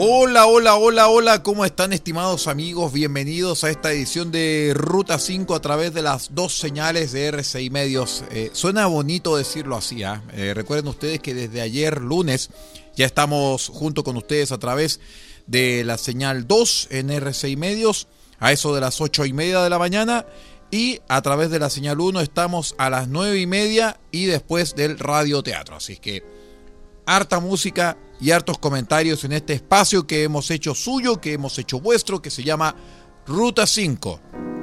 Hola, hola, hola, hola, ¿cómo están estimados amigos? Bienvenidos a esta edición de Ruta 5 a través de las dos señales de RCI Medios. Suena bonito decirlo así, ¿eh? Recuerden ustedes que desde ayer lunes ya estamos junto con ustedes a través de la señal 2 en RCI Medios a eso de las 8:30 de la mañana y a través de la señal 1 estamos a las 9:30 y después del radioteatro. Así que harta música y hartos comentarios en este espacio que hemos hecho suyo, que hemos hecho vuestro, que se llama Ruta 5.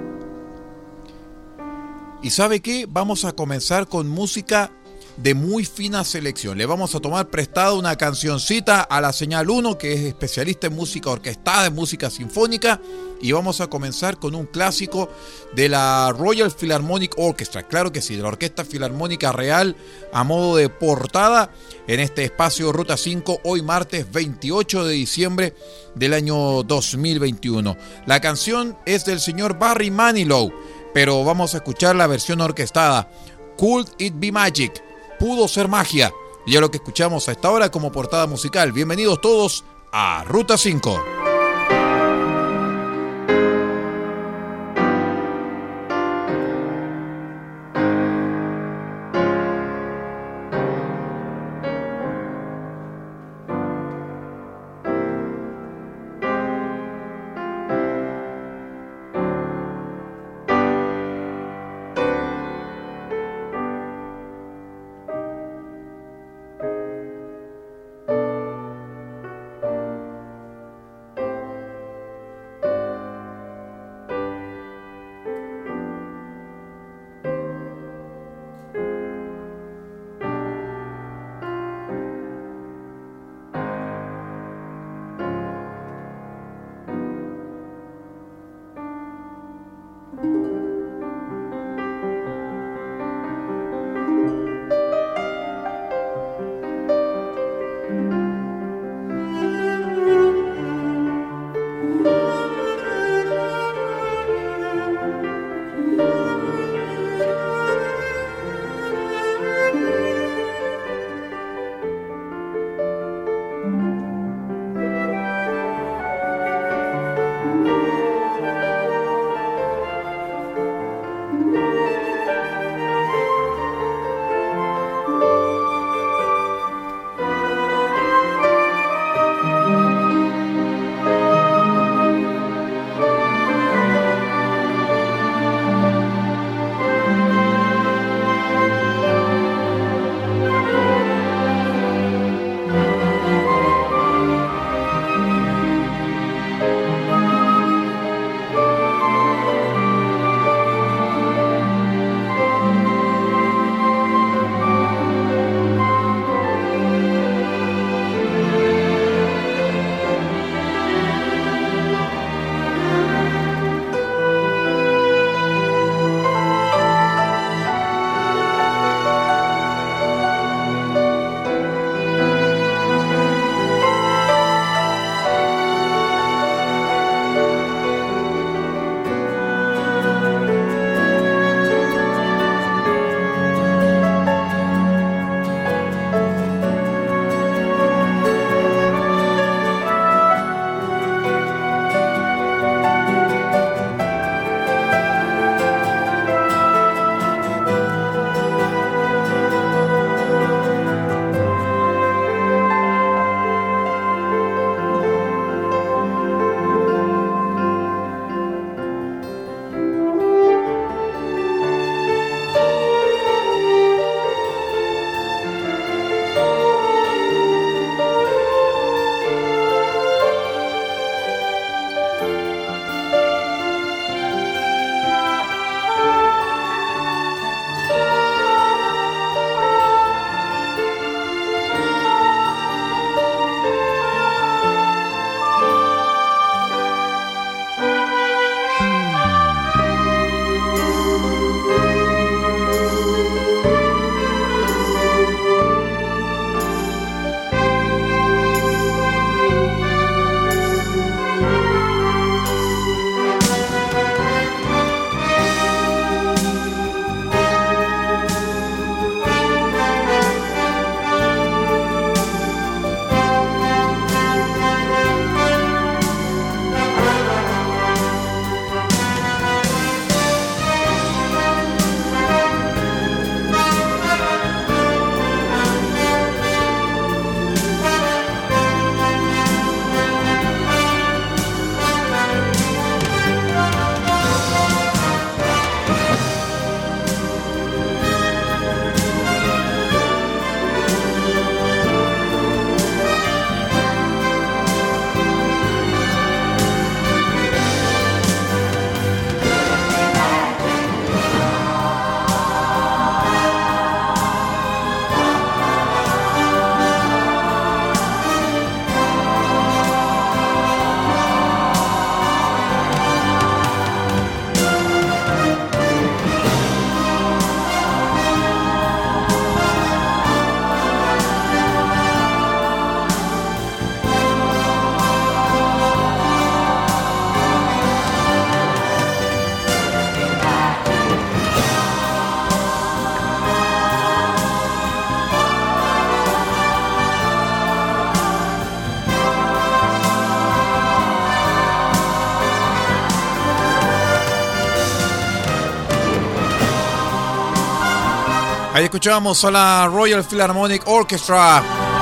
¿Y sabe qué? Vamos a comenzar con música de muy fina selección. Le vamos a tomar prestada una cancioncita a la señal 1, que es especialista en música orquestada, en música sinfónica, y vamos a comenzar con un clásico de la Royal Philharmonic Orchestra, claro que sí, de la Orquesta Filarmónica Real, a modo de portada en este espacio Ruta 5, hoy martes 28 de diciembre del año 2021. La canción es del señor Barry Manilow, pero vamos a escuchar la versión orquestada, Could It Be Magic? Pudo ser magia. Y es lo que escuchamos a esta hora como portada musical. Bienvenidos todos a Ruta 5. Ahí escuchábamos a la Royal Philharmonic Orchestra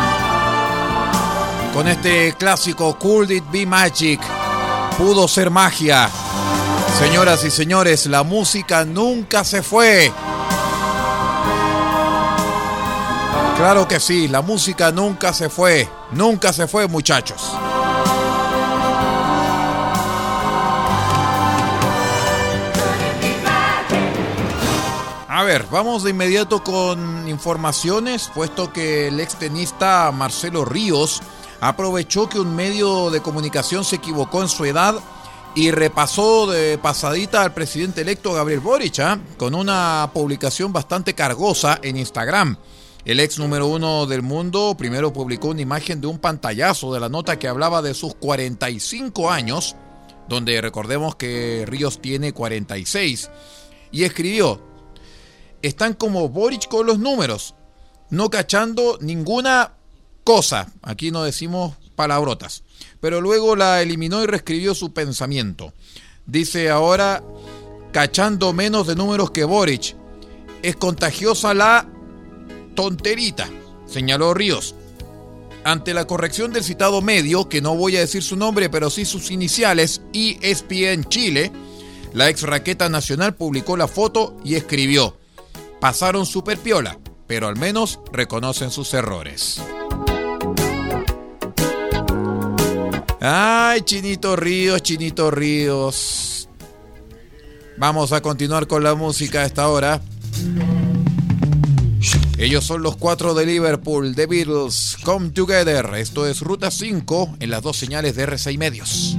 con este clásico Could It Be Magic. Pudo ser magia. Señoras y señores, la música nunca se fue. Claro que sí, la música nunca se fue. Nunca se fue, muchachos. A ver, vamos de inmediato con informaciones, puesto que el extenista Marcelo Ríos aprovechó que un medio de comunicación se equivocó en su edad y repasó de pasadita al presidente electo Gabriel Boric, con una publicación bastante cargosa en Instagram. El ex número 1 del mundo primero publicó una imagen de un pantallazo de la nota que hablaba de sus 45 años, donde recordemos que Ríos tiene 46, y escribió: están como Boric con los números, no cachando ninguna cosa. Aquí no decimos palabrotas. Pero luego la eliminó y reescribió su pensamiento. Dice ahora: cachando menos de números que Boric. Es contagiosa la tonterita, señaló Ríos. Ante la corrección del citado medio, que no voy a decir su nombre, pero sí sus iniciales, ESPN Chile, la ex raqueta nacional publicó la foto y escribió: pasaron súper piola, pero al menos reconocen sus errores. Ay, Chinito Ríos, Chinito Ríos. Vamos a continuar con la música a esta hora. Ellos son los 4 de Liverpool, The Beatles, Come Together. Esto es Ruta 5 en las 2 señales de R6 Medios.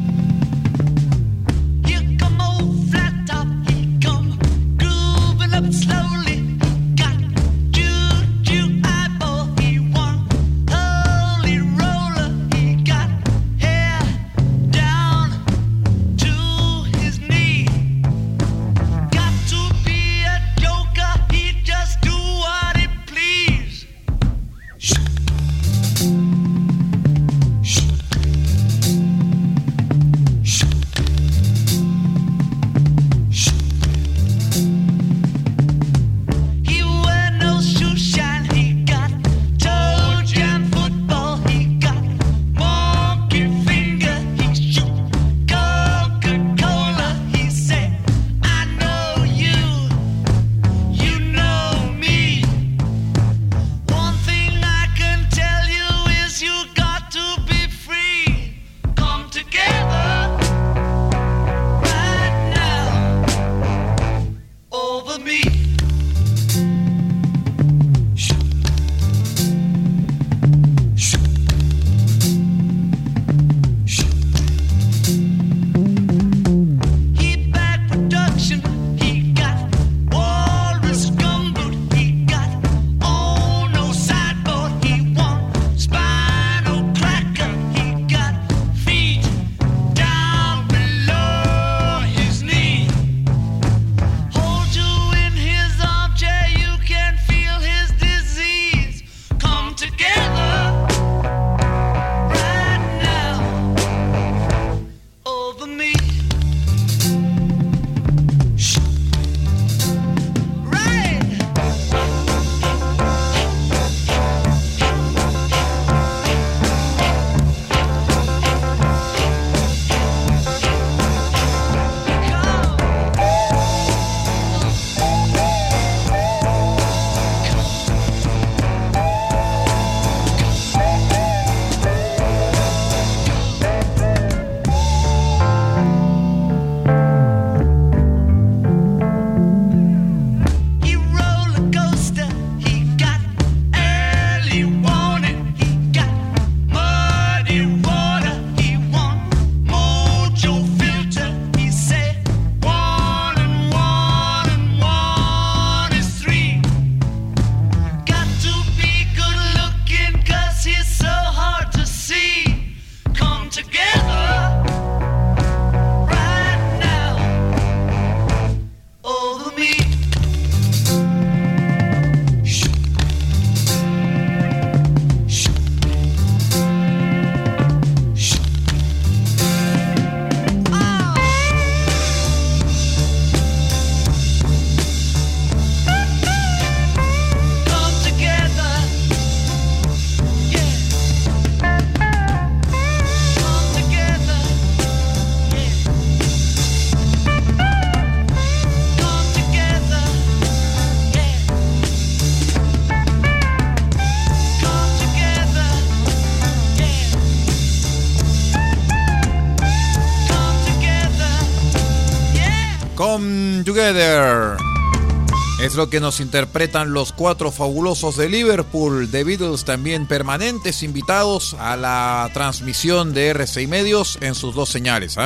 Come Together. Es lo que nos interpretan los cuatro fabulosos de Liverpool. The Beatles también permanentes invitados a la transmisión de RCI Medios en sus dos señales.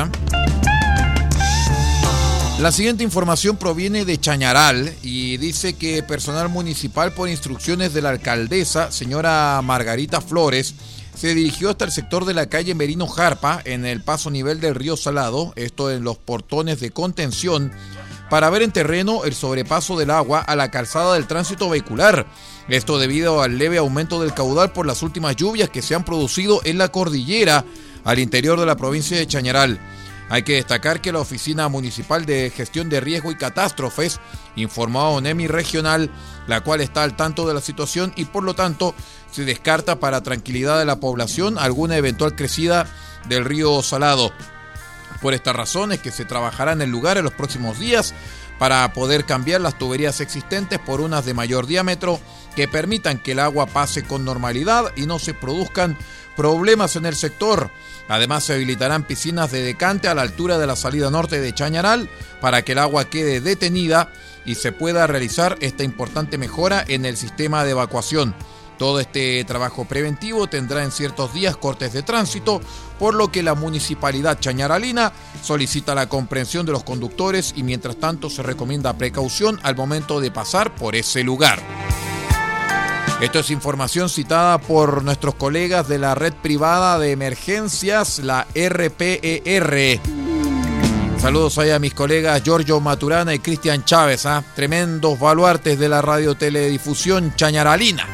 La siguiente información proviene de Chañaral y dice que personal municipal, por instrucciones de la alcaldesa, señora Margarita Flores, se dirigió hasta el sector de la calle Merino Jarpa, en el paso nivel del río Salado, esto en los portones de contención, para ver en terreno el sobrepaso del agua a la calzada del tránsito vehicular. Esto debido al leve aumento del caudal por las últimas lluvias que se han producido en la cordillera al interior de la provincia de Chañaral. Hay que destacar que la Oficina Municipal de Gestión de Riesgo y Catástrofes informó a ONEMI Regional, la cual está al tanto de la situación y por lo tanto se descarta para tranquilidad de la población alguna eventual crecida del río Salado. Por estas razones que se trabajará en el lugar en los próximos días para poder cambiar las tuberías existentes por unas de mayor diámetro que permitan que el agua pase con normalidad y no se produzcan problemas en el sector. Además, se habilitarán piscinas de decante a la altura de la salida norte de Chañaral para que el agua quede detenida y se pueda realizar esta importante mejora en el sistema de evacuación. Todo este trabajo preventivo tendrá en ciertos días cortes de tránsito, por lo que la municipalidad chañaralina solicita la comprensión de los conductores y mientras tanto se recomienda precaución al momento de pasar por ese lugar. Esto es información citada por nuestros colegas de la red privada de emergencias, la RPER. Saludos ahí a mis colegas Giorgio Maturana y Cristian Chávez, tremendos baluartes de la radioteledifusión chañaralina.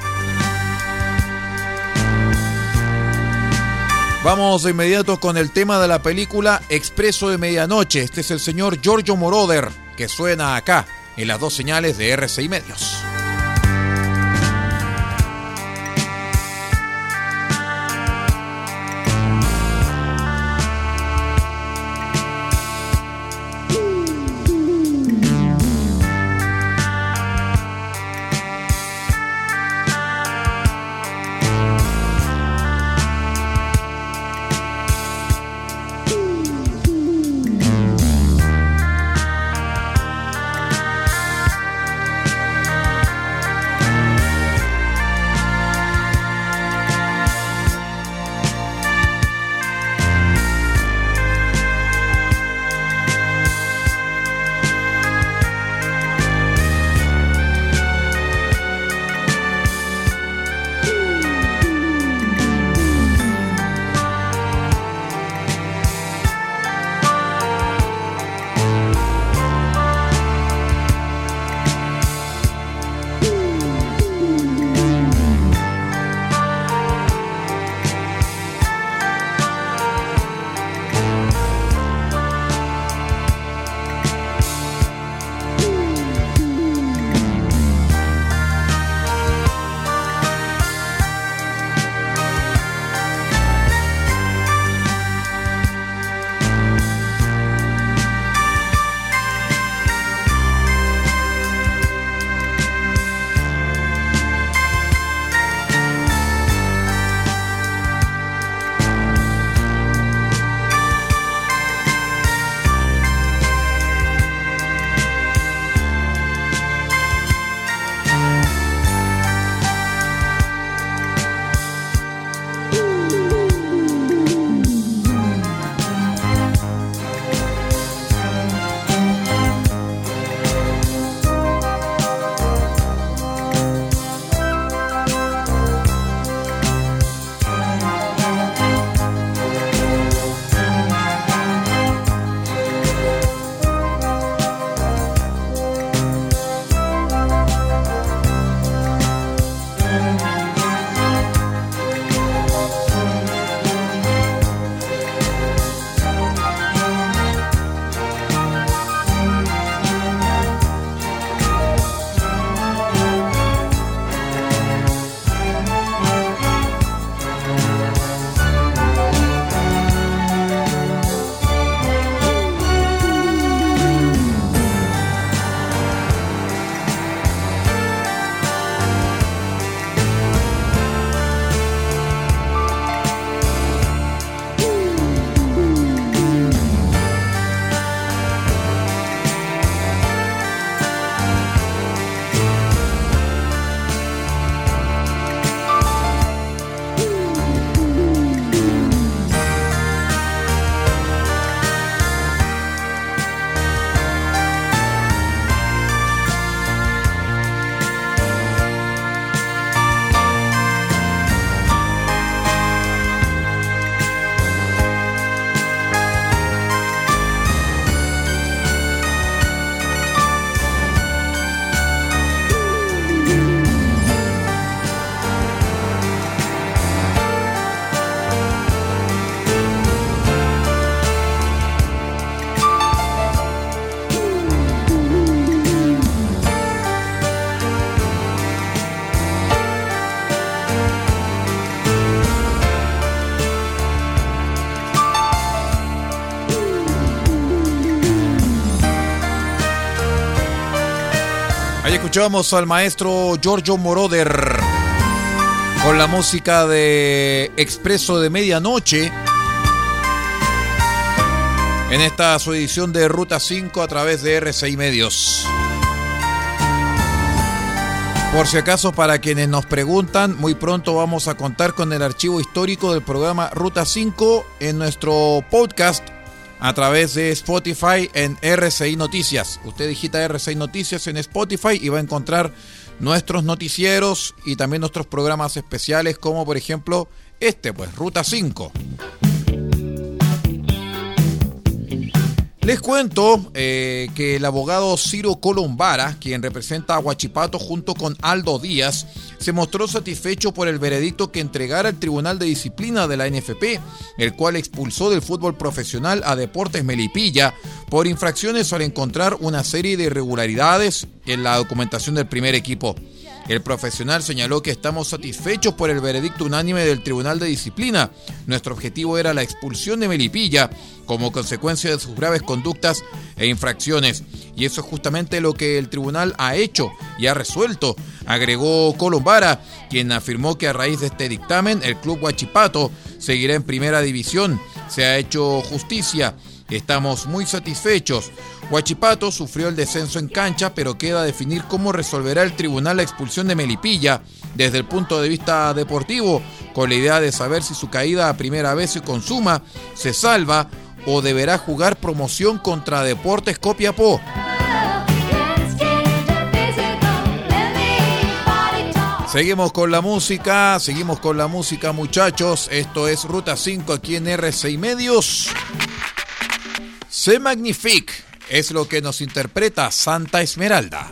Vamos de inmediato con el tema de la película Expreso de Medianoche. Este es el señor Giorgio Moroder, que suena acá en las dos señales de RCI Medios. Escuchamos al maestro Giorgio Moroder con la música de Expreso de Medianoche en esta su edición de Ruta 5 a través de RCI Medios. Por si acaso, para quienes nos preguntan, muy pronto vamos a contar con el archivo histórico del programa Ruta 5 en nuestro podcast a través de Spotify en RCI Noticias. Usted digita RCI Noticias en Spotify y va a encontrar nuestros noticieros y también nuestros programas especiales, como por ejemplo Ruta 5. Les cuento que el abogado Ciro Colombara, quien representa a Huachipato junto con Aldo Díaz, se mostró satisfecho por el veredicto que entregara el Tribunal de Disciplina de la NFP, el cual expulsó del fútbol profesional a Deportes Melipilla por infracciones al encontrar una serie de irregularidades en la documentación del primer equipo. El profesional señaló que estamos satisfechos por el veredicto unánime del Tribunal de Disciplina. Nuestro objetivo era la expulsión de Melipilla como consecuencia de sus graves conductas e infracciones. Y eso es justamente lo que el tribunal ha hecho y ha resuelto, agregó Colombara, quien afirmó que a raíz de este dictamen el club Huachipato seguirá en primera división. Se ha hecho justicia. Estamos muy satisfechos. Huachipato sufrió el descenso en cancha, pero queda a definir cómo resolverá el tribunal la expulsión de Melipilla desde el punto de vista deportivo, con la idea de saber si su caída a primera vez se consuma, se salva o deberá jugar promoción contra Deportes Copiapó. Seguimos con la música, muchachos. Esto es Ruta 5 aquí en RCI Medios. C'est magnifique es lo que nos interpreta Santa Esmeralda.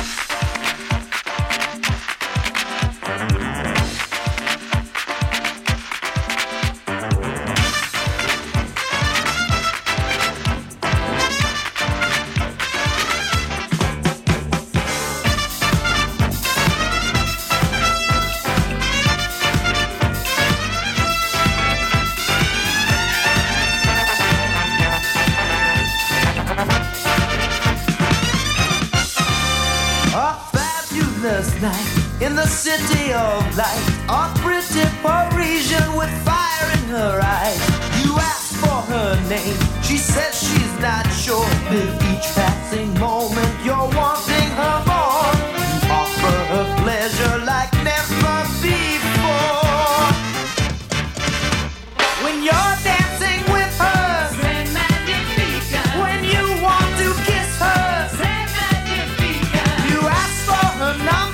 Night in the city of light, a pretty Parisian with fire in her eyes. You ask for her name, she says she's not sure. With each passing moment, you're wanting her more. You offer her pleasure like never before. When you're dancing with her, say magnifica. When you want to kiss her, say magnifica. You ask for her number.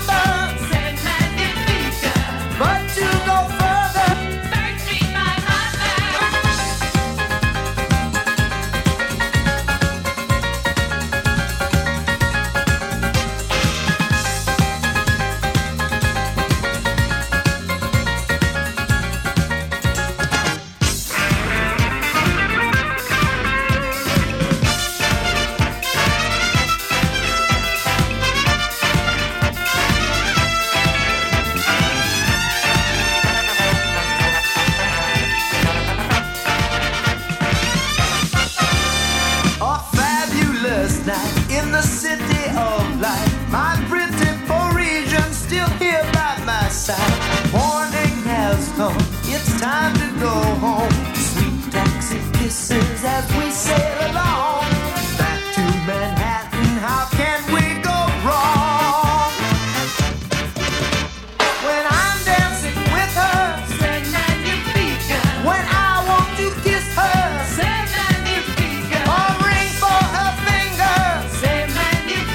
It's time to go home. Sweet taxi kisses as we sail along. Back to Manhattan, how can we go wrong? When I'm dancing with her, say magnifica. When I want to kiss her, say magnifica. A ring for her finger, say magnifica.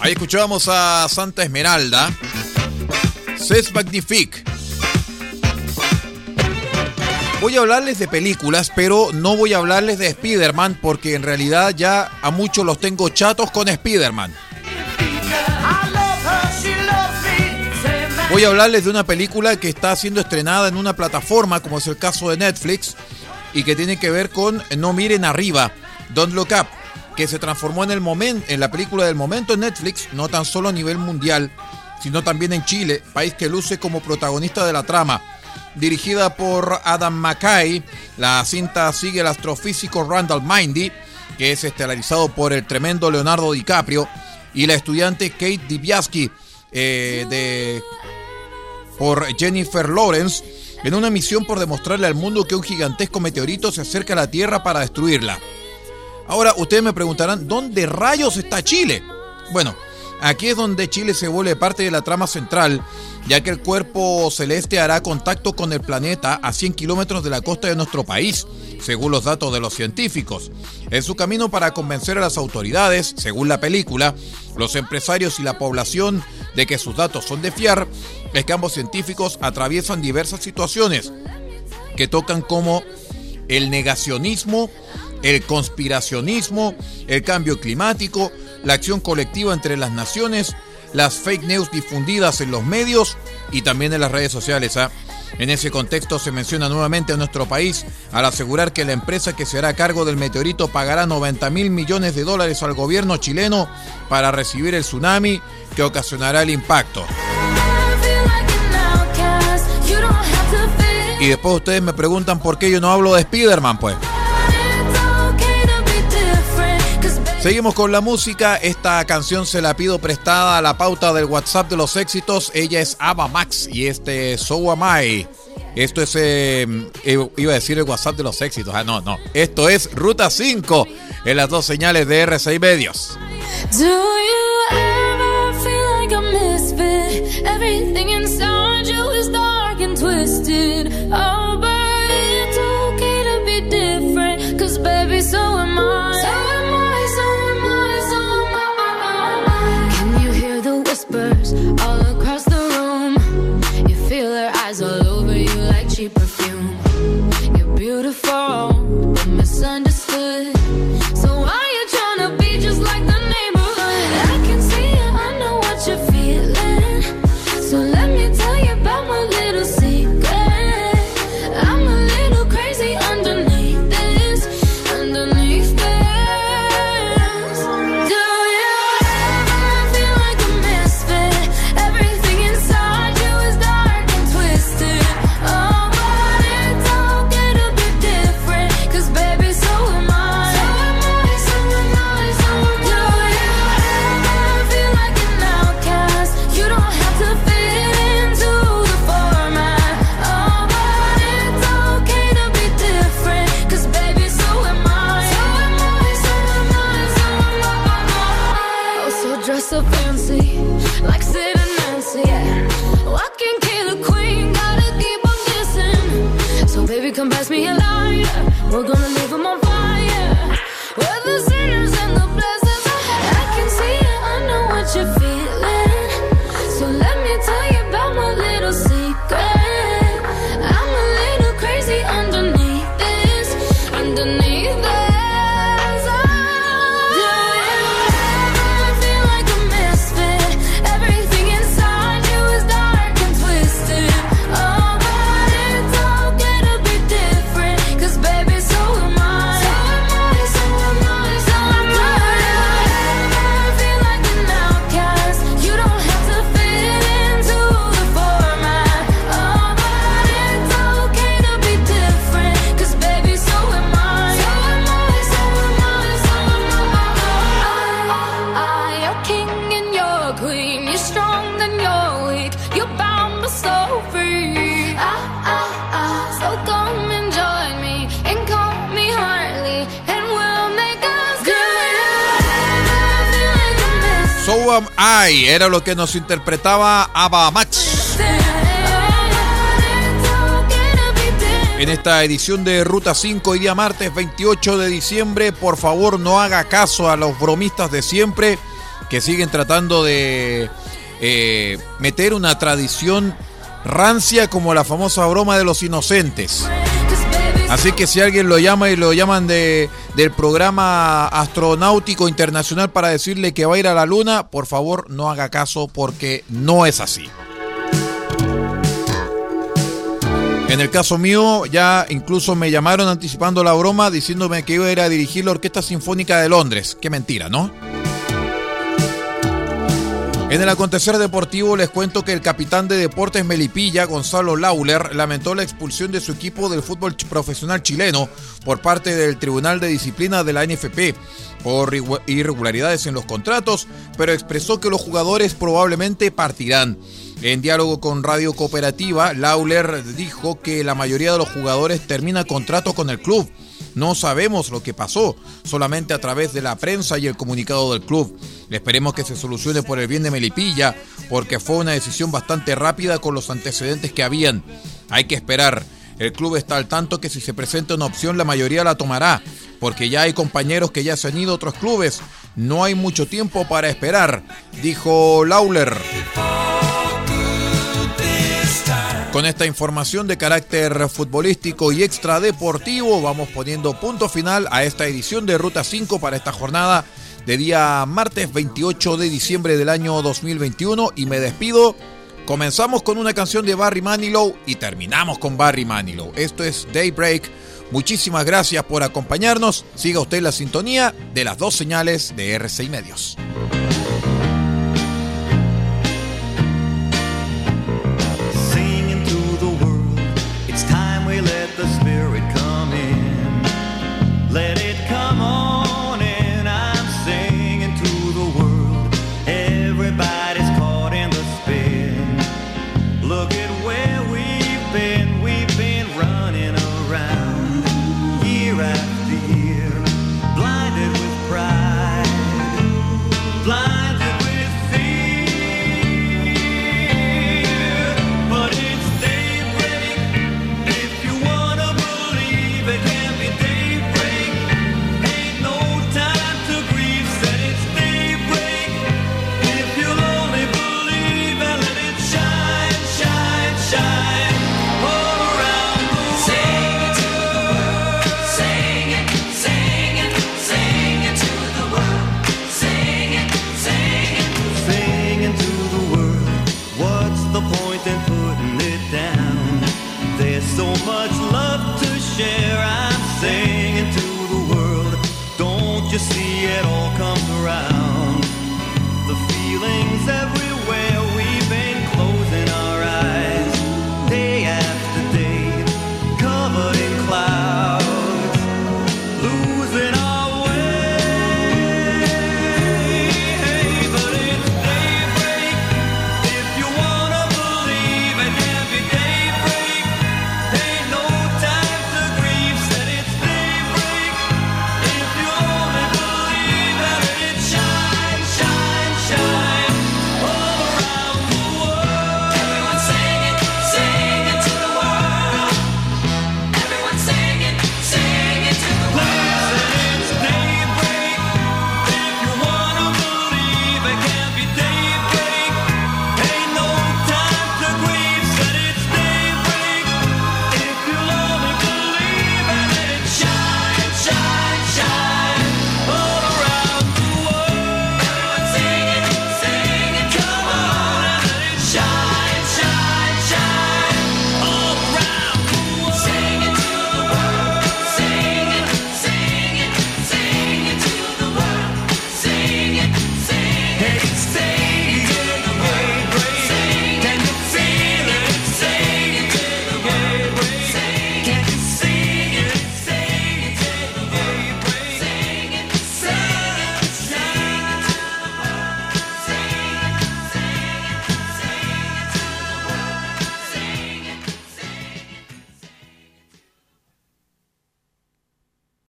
Ahí escuchábamos a Santa Esmeralda, C'est Magnifique. Voy a hablarles de películas, pero no voy a hablarles de Spider-Man, porque en realidad ya a muchos los tengo chatos con Spider-Man. Voy a hablarles de una película que está siendo estrenada en una plataforma, como es el caso de Netflix, y que tiene que ver con No miren arriba, Don't Look Up, que se transformó en la película del momento en Netflix, no tan solo a nivel mundial, sino también en Chile, país que luce como protagonista de la trama. Dirigida por Adam McKay, la cinta sigue al astrofísico Randall Mindy, que es estelarizado por el tremendo Leonardo DiCaprio, y la estudiante Kate Dibiasky, por Jennifer Lawrence, en una misión por demostrarle al mundo que un gigantesco meteorito se acerca a la Tierra para destruirla. Ahora, ustedes me preguntarán, ¿dónde rayos está Chile? Bueno, aquí es donde Chile se vuelve parte de la trama central, ya que el cuerpo celeste hará contacto con el planeta a 100 kilómetros de la costa de nuestro país, según los datos de los científicos. En su camino para convencer a las autoridades, según la película, los empresarios y la población de que sus datos son de fiar, es que ambos científicos atraviesan diversas situaciones que tocan como el negacionismo, el conspiracionismo, el cambio climático, la acción colectiva entre las naciones, las fake news difundidas en los medios y también en las redes sociales. En ese contexto se menciona nuevamente a nuestro país al asegurar que la empresa que se hará cargo del meteorito pagará $90.000 millones al gobierno chileno para recibir el tsunami que ocasionará el impacto. Y después ustedes me preguntan por qué yo no hablo de Spider-Man, pues. Seguimos con la música. Esta canción se la pido prestada a la pauta del WhatsApp de los éxitos. Ella es Ava Max y So Am I. Esto es, iba a decir el WhatsApp de los éxitos. No. Esto es Ruta 5 en las dos señales de R6 Medios. Do you ever feel like a misfit? Everything inside you is dark and twisted. Oh, but it's okay to be different. 'Cause baby, so am I. All across the room, you feel her eyes all over you like cheap perfume. You're beautiful, but misunderstood. So why you tryna be just like the neighborhood? I can see it, I know what you're feeling. So let me tell you about my little secret. I'm a little crazy underneath this, underneath this. So fancy, like Sid and Nancy, yeah. Walking killer queen, gotta keep on kissing. So baby, come pass me a lighter. We're gonna leave them on fire. We're the sinners and the blessings. I can see it, I know what you're feeling. So let me tell you about my little secret. I'm a little crazy underneath this, underneath this. So Am I era lo que nos interpretaba Ava Max en esta edición de Ruta 5, hoy día martes 28 de diciembre. Por favor, no haga caso a los bromistas de siempre que siguen tratando de meter una tradición rancia como la famosa broma de los inocentes. Así que si alguien lo llama y lo llaman del programa astronáutico internacional para decirle que va a ir a la luna, por favor no haga caso porque no es así. En el caso mío, ya incluso me llamaron anticipando la broma diciéndome que iba a ir a dirigir la Orquesta Sinfónica de Londres. Qué mentira, ¿no? En el acontecer deportivo les cuento que el capitán de Deportes Melipilla, Gonzalo Lauler, lamentó la expulsión de su equipo del fútbol profesional chileno por parte del Tribunal de Disciplina de la NFP por irregularidades en los contratos, pero expresó que los jugadores probablemente partirán. En diálogo con Radio Cooperativa, Lauler dijo que la mayoría de los jugadores termina contrato con el club. No sabemos lo que pasó, solamente a través de la prensa y el comunicado del club. Esperemos que se solucione por el bien de Melipilla, porque fue una decisión bastante rápida con los antecedentes que habían. Hay que esperar. El club está al tanto que si se presenta una opción, la mayoría la tomará, porque ya hay compañeros que ya se han ido a otros clubes. No hay mucho tiempo para esperar, dijo Lauler. Con esta información de carácter futbolístico y extradeportivo, vamos poniendo punto final a esta edición de Ruta 5 para esta jornada de día martes 28 de diciembre del año 2021 y me despido. Comenzamos con una canción de Barry Manilow y terminamos con Barry Manilow. Esto es Daybreak. Muchísimas gracias por acompañarnos. Siga usted la sintonía de las dos señales de RCI Medios.